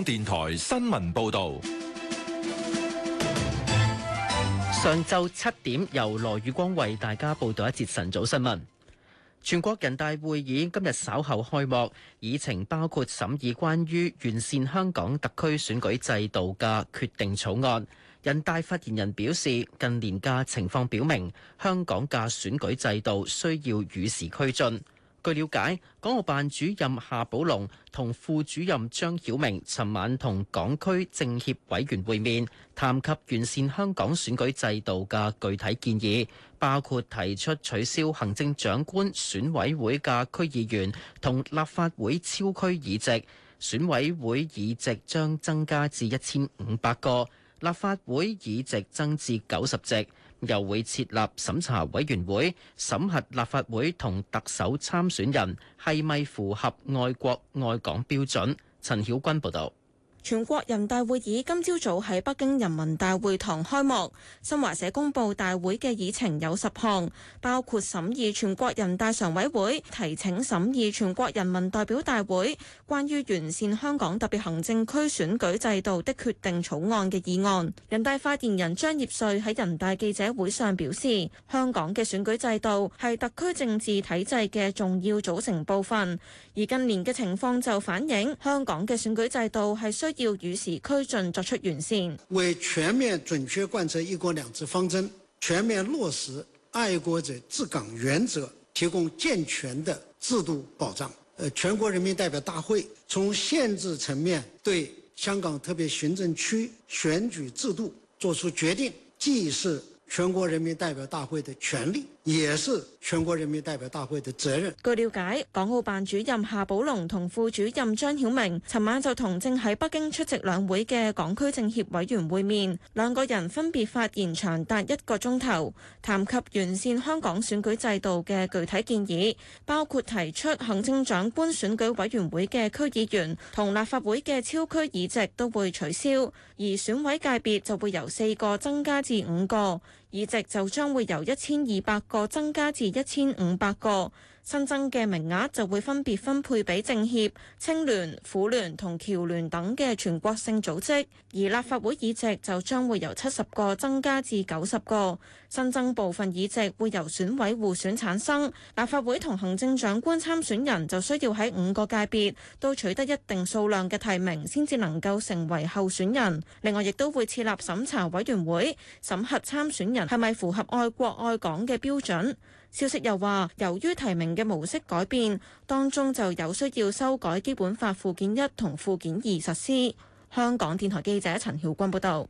港電台新聞報道。 上晝7點，由羅宇光為大家報道一節晨早新聞。全國人大會議今日稍後開幕，議程包括審議關於完善香港特區選舉制度嘅決定草案。人大發言人表示，近年嘅情況表明，香港嘅選舉制度需要與時俱進。據了解，港澳辦主任夏寶龍同副主任張曉明尋晚同港區政協委員會面，談及完善香港選舉制度嘅具體建議，包括提出取消行政長官選委會嘅區議員同立法會超區議席，選委會議席將增加至1500個，立法會議席增至90席。又會設立審查委員會，審核立法會同特首參選人係咪符合愛國愛港標準。陳曉君報導。 全國人大會議今朝早喺北京人民大會堂開幕。新華社公佈大會嘅議程有10項，包括審議全國人大常委會提請審議全國人民代表大會關於完善香港特別行政區選舉制度的決定草案嘅議案。人大發言人張業遂喺人大記者會上表示，香港嘅選舉制度係特區政治體制嘅重要組成部分，而近年嘅情況就反映香港嘅選舉制度係需要與時俱進作出完善， 為全面準確貫徹一國兩制方針，全面落實愛國者治港原則，提供健全的制度保障。全國人民代表大會從憲制層面對香港特別行政區選舉制度作出決定，既是全國人民代表大會的權利，也是全國人民代表大會的責任。 據了解，港澳辦主任夏寶龍同副主任張曉明尋晚就同正喺北京出席兩會嘅港區政協委員會面，兩個人分別發言長達1個鐘頭，談及完善香港選舉制度嘅具體建議，包括提出行政長官選舉委員會嘅區議員同立法會嘅超區議席都會取消，而選委界別就會由4個增加至5個。議席就將會由1200個增加至1500個，新增嘅名額就會分別分配俾政協、青聯、婦聯同僑聯等嘅全國性組織，而立法會議席就將會由70個增加至90個，新增部分議席會由選委互選產生，立法會同行政長官參選人就需要喺5個界別都取得一定數量嘅提名先至能夠成為候選人。另外亦都會設立審查委員會，審核參選人係咪符合愛國愛港嘅標準。消息又話，由於提名嘅模式改變，當中就有需要修改基本法附件1同附件2實施。香港電台記者陳曉君報導。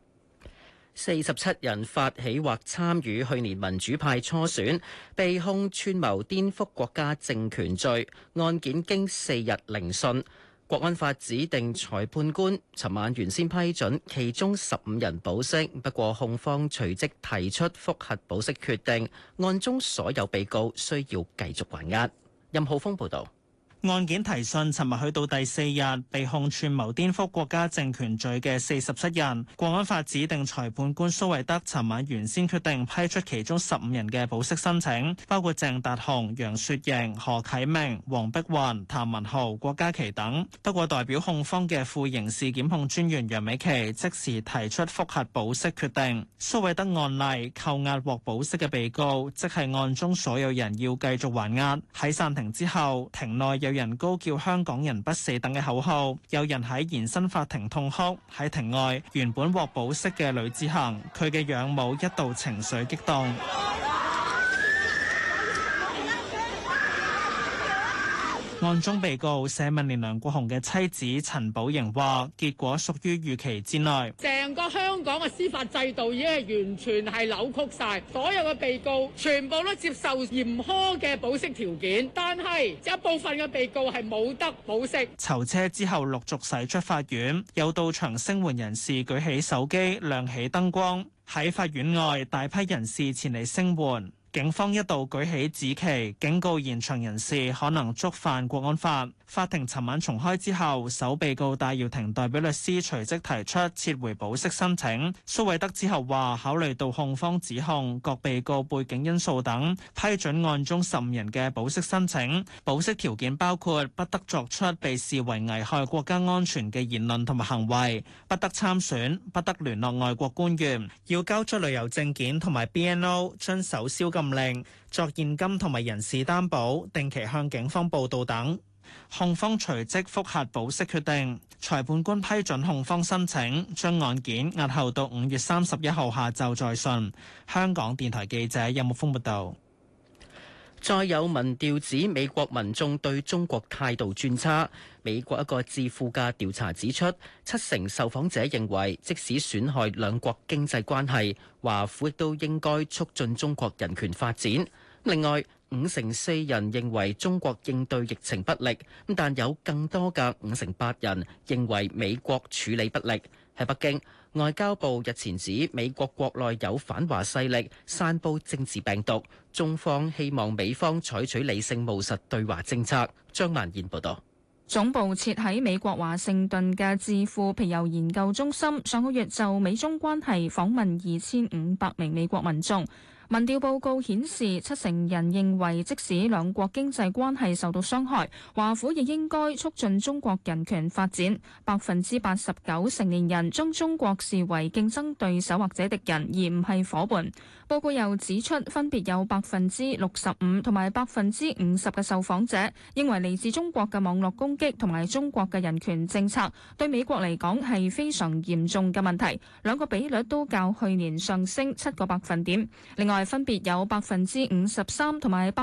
47人發起或參與去年民主派初選，被控串謀顛覆國家政權罪，案件經4日聆訊。國安法指定裁判官尋晚原先批准其中15人保釋，不過控方隨即提出覆核保釋決定，案中所有被告需要繼續還押。任浩峰報導。 案件提訊尋日去到第4日，被控串謀顛覆國家政權罪嘅47人，國安法指定裁判官蘇惠德尋晚原先決定批出其中15人嘅保釋申請，包括鄭達鴻、楊雪盈、何啟明、黃碧雲、譚文豪、郭家麒等。不過代表控方嘅副刑事檢控專員楊美琪即時提出覆核保釋決定。蘇惠德案例扣押獲保釋嘅被告，即係案中所有人要繼續還押。喺暫停之後，庭內有人高叫香港人不死等嘅口號，有人喺延伸法庭痛哭。喺庭外，原本獲保釋嘅呂志恒，佢嘅養母一度情緒激動。案中被告社民連梁國雄嘅妻子陳寶瑩話，結果屬於預期之內。 成個香港嘅司法制度已經係完全係扭曲晒，所有嘅被告全部都接受嚴苛嘅保釋條件，但係一部分嘅被告係冇得保釋。囚車之後陸續駛出法院，有到場聲援人士舉起手機亮起燈光，喺法院外大批人士前嚟聲援。 警方一度舉起紫旗，警告現場人士可能觸犯國安法。法庭尋晚重開之後，首被告戴耀廷代表律師隨即提出撤回保釋申請。蘇偉德之後話，考慮到控方指控、各被告背景因素等，批准案中15人嘅保釋申請。保釋條件包括不得作出被視為危害國家安全嘅言論同埋行為，不得參選，不得聯絡外國官員，要交出旅遊證件同埋 BNO， 遵守宵禁令，作現金同埋人事擔保，定期向警方報到等。控方隨即覆核保釋決定，裁判官批准控方申請，將案件押後到5月31號下晝再訊。香港電台記者任木峰報道。 再有民調指美國民眾對中國態度轉差。美國一個智庫嘅調查指出，70%受訪者認為，即使損害兩國經濟關係，華府亦都應該促進中國人權發展。另外，54%人認為中國應對疫情不力，但有更多嘅58%人認為美國處理不力。喺北京，外交部日前指美國國內有反華勢力散佈政治病毒，中方希望美方採取理性務實對華政策。張曼燕報導。 總部設喺美國華盛頓嘅智庫皮尤研究中心上個月就美中關係訪問2500名美國民眾。民調報告顯示，70%人認為即使兩國經濟關係受到傷害，華府亦應該促進中國人權發展。89%成年人將中國視為競爭對手或者敵人，而唔係夥伴。報告又指出，分別有65%同埋50%嘅受訪者認為嚟自中國嘅網絡攻擊同埋中國嘅人權政策對美國嚟講係非常嚴重嘅問題，兩個比率都較去年上升7個百分點。另外，分別有53%同埋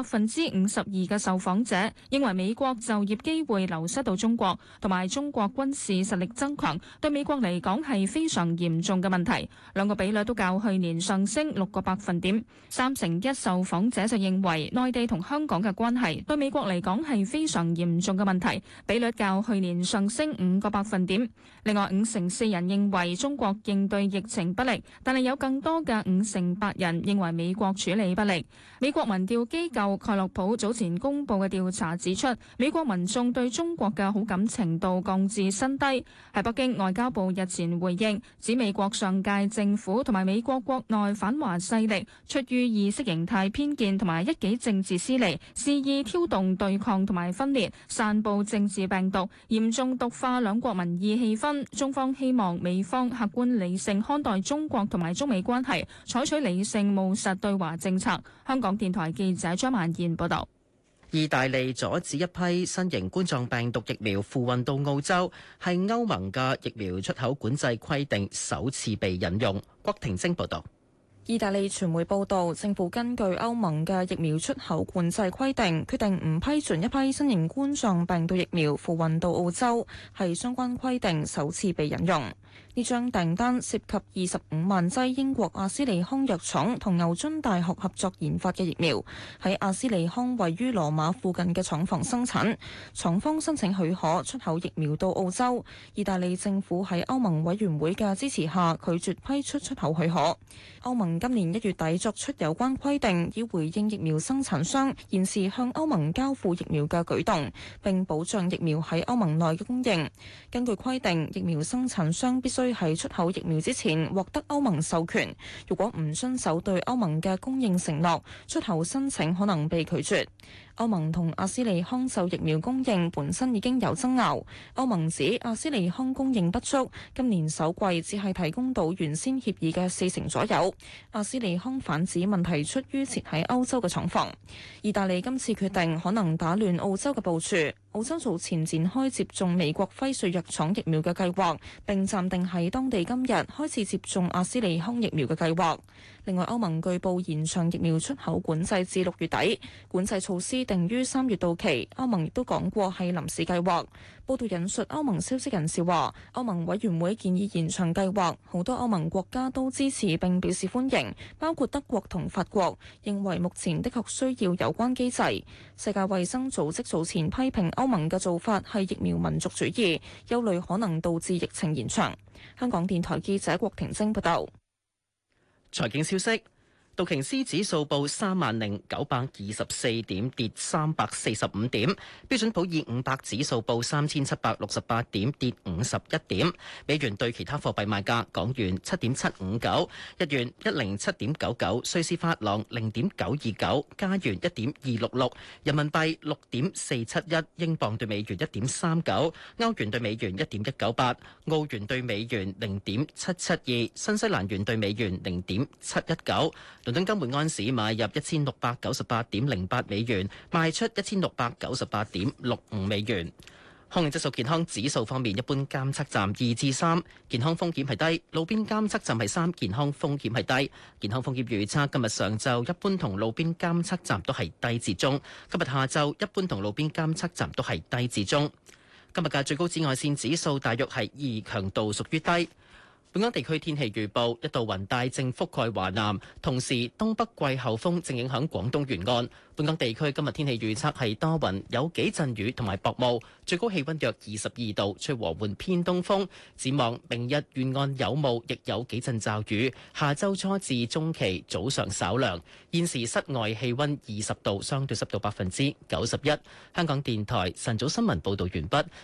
52%嘅受訪者認為美國就業機會流失到中國，同埋中國軍事實力增強對美國嚟講係非常嚴重嘅問題，兩個比率都較去年上升6個百分點。31%受訪者就認為內地同香港嘅關係對美國嚟講係非常嚴重嘅問題，比率較去年上升5個百分點。另外，54%人認為中國應對疫情不力，但係有更多嘅58%人認為美國處理不力。美國民調機構蓋洛普早前公布嘅調查指出，美國民眾對中國嘅好感程度降至新低。喺北京，外交部日前回應，指美國上屆政府同埋美國國內反華勢力出於意識形態偏見同埋一己政治私利，肆意挑動對抗同埋分裂，散佈政治病毒，嚴重毒化兩國民意氣氛。中方希望美方客觀理性看待中國同埋中美關係，採取理性務實對華政策。香港電台記者張曼燕報道。 意大利阻止一批新型冠狀病毒疫苗付運到澳洲，係歐盟嘅疫苗出口管制規定首次被引用。郭婷晶報道。 意大利傳媒報道，政府根據歐盟嘅疫苗出口管制規定，決定唔批准一批新型冠狀病毒疫苗付運到澳洲，係相關規定首次被引用。呢張訂單涉及25萬劑英國阿斯利康藥廠同牛津大學合作研發嘅疫苗，喺阿斯利康位於羅馬附近嘅廠房生產。廠方申請許可出口疫苗到澳洲，意大利政府喺歐盟委員會嘅支持下拒絕批出出口許可。歐盟今年1月底作出有關規定，以回應疫苗生產商現時向歐盟交付疫苗嘅舉動，並保障疫苗喺歐盟內嘅供應。根據規定，疫苗生產商必須喺出口疫苗之前獲得歐盟授權，如果唔遵守對歐盟嘅供應承諾，出口申請可能被拒絕。歐盟同阿斯利康就疫苗供應本身已經有爭拗。歐盟指阿斯利康供應不足，今年首季只係提供到原先協議嘅40%左右。阿斯利康反指問題出於設喺歐洲嘅廠房。意大利今次決定可能打亂澳洲嘅部署。澳洲早前展開接種美國輝瑞藥廠疫苗嘅計劃，並暫定喺當地今日開始接種阿斯利康疫苗嘅計劃。另外，歐盟據報延長疫苗出口管制至6月底，管制措施定於3月到期。歐盟亦都講過係臨時計劃。報道引述歐盟消息人士話，歐盟委員會建議延長計劃，好多歐盟國家都支持並表示歡迎，包括德國同法國，認為目前的確需要有關機制。世界衛生組織早前批評歐盟嘅做法係疫苗民族主義，憂慮可能導致疫情延長。香港電台記者郭婷晶報道。 財經消息， 道瓊斯指數報30,924點，跌345點；標準普爾500指數報3,768點，跌51點。美元對其他貨幣賣價：港元7.759，日元107.99，瑞士法郎0.929，加元1.266，人民幣6.471，英鎊對美元1.39，歐元對美元1.198，澳元對美元0.772，新西蘭元對美元0.719。倫敦金每安士買入1698.08美元，賣出1698.65美元。空氣質素健康指數方面，一般監測站2至3，健康風險係低；路邊監測站係3，健康風險係低。健康風險預測今日上晝一般同路邊監測站都係低至中，今日下晝一般同路邊監測站都係低至中。今日嘅最高紫外線指數大約係2，強度屬於低。本港地區天氣預報，一道雲帶正覆蓋華南，同時東北季候風正影響廣東沿岸。本港地區今日天氣預測係多雲，有幾陣雨同埋薄霧，最高氣溫約22度，吹和緩偏東風。展望明日沿岸有霧，亦有幾陣驟雨。下週初至中期早上稍涼。現時室外氣溫20度，相對濕度91%。香港電台晨早新聞報導完畢。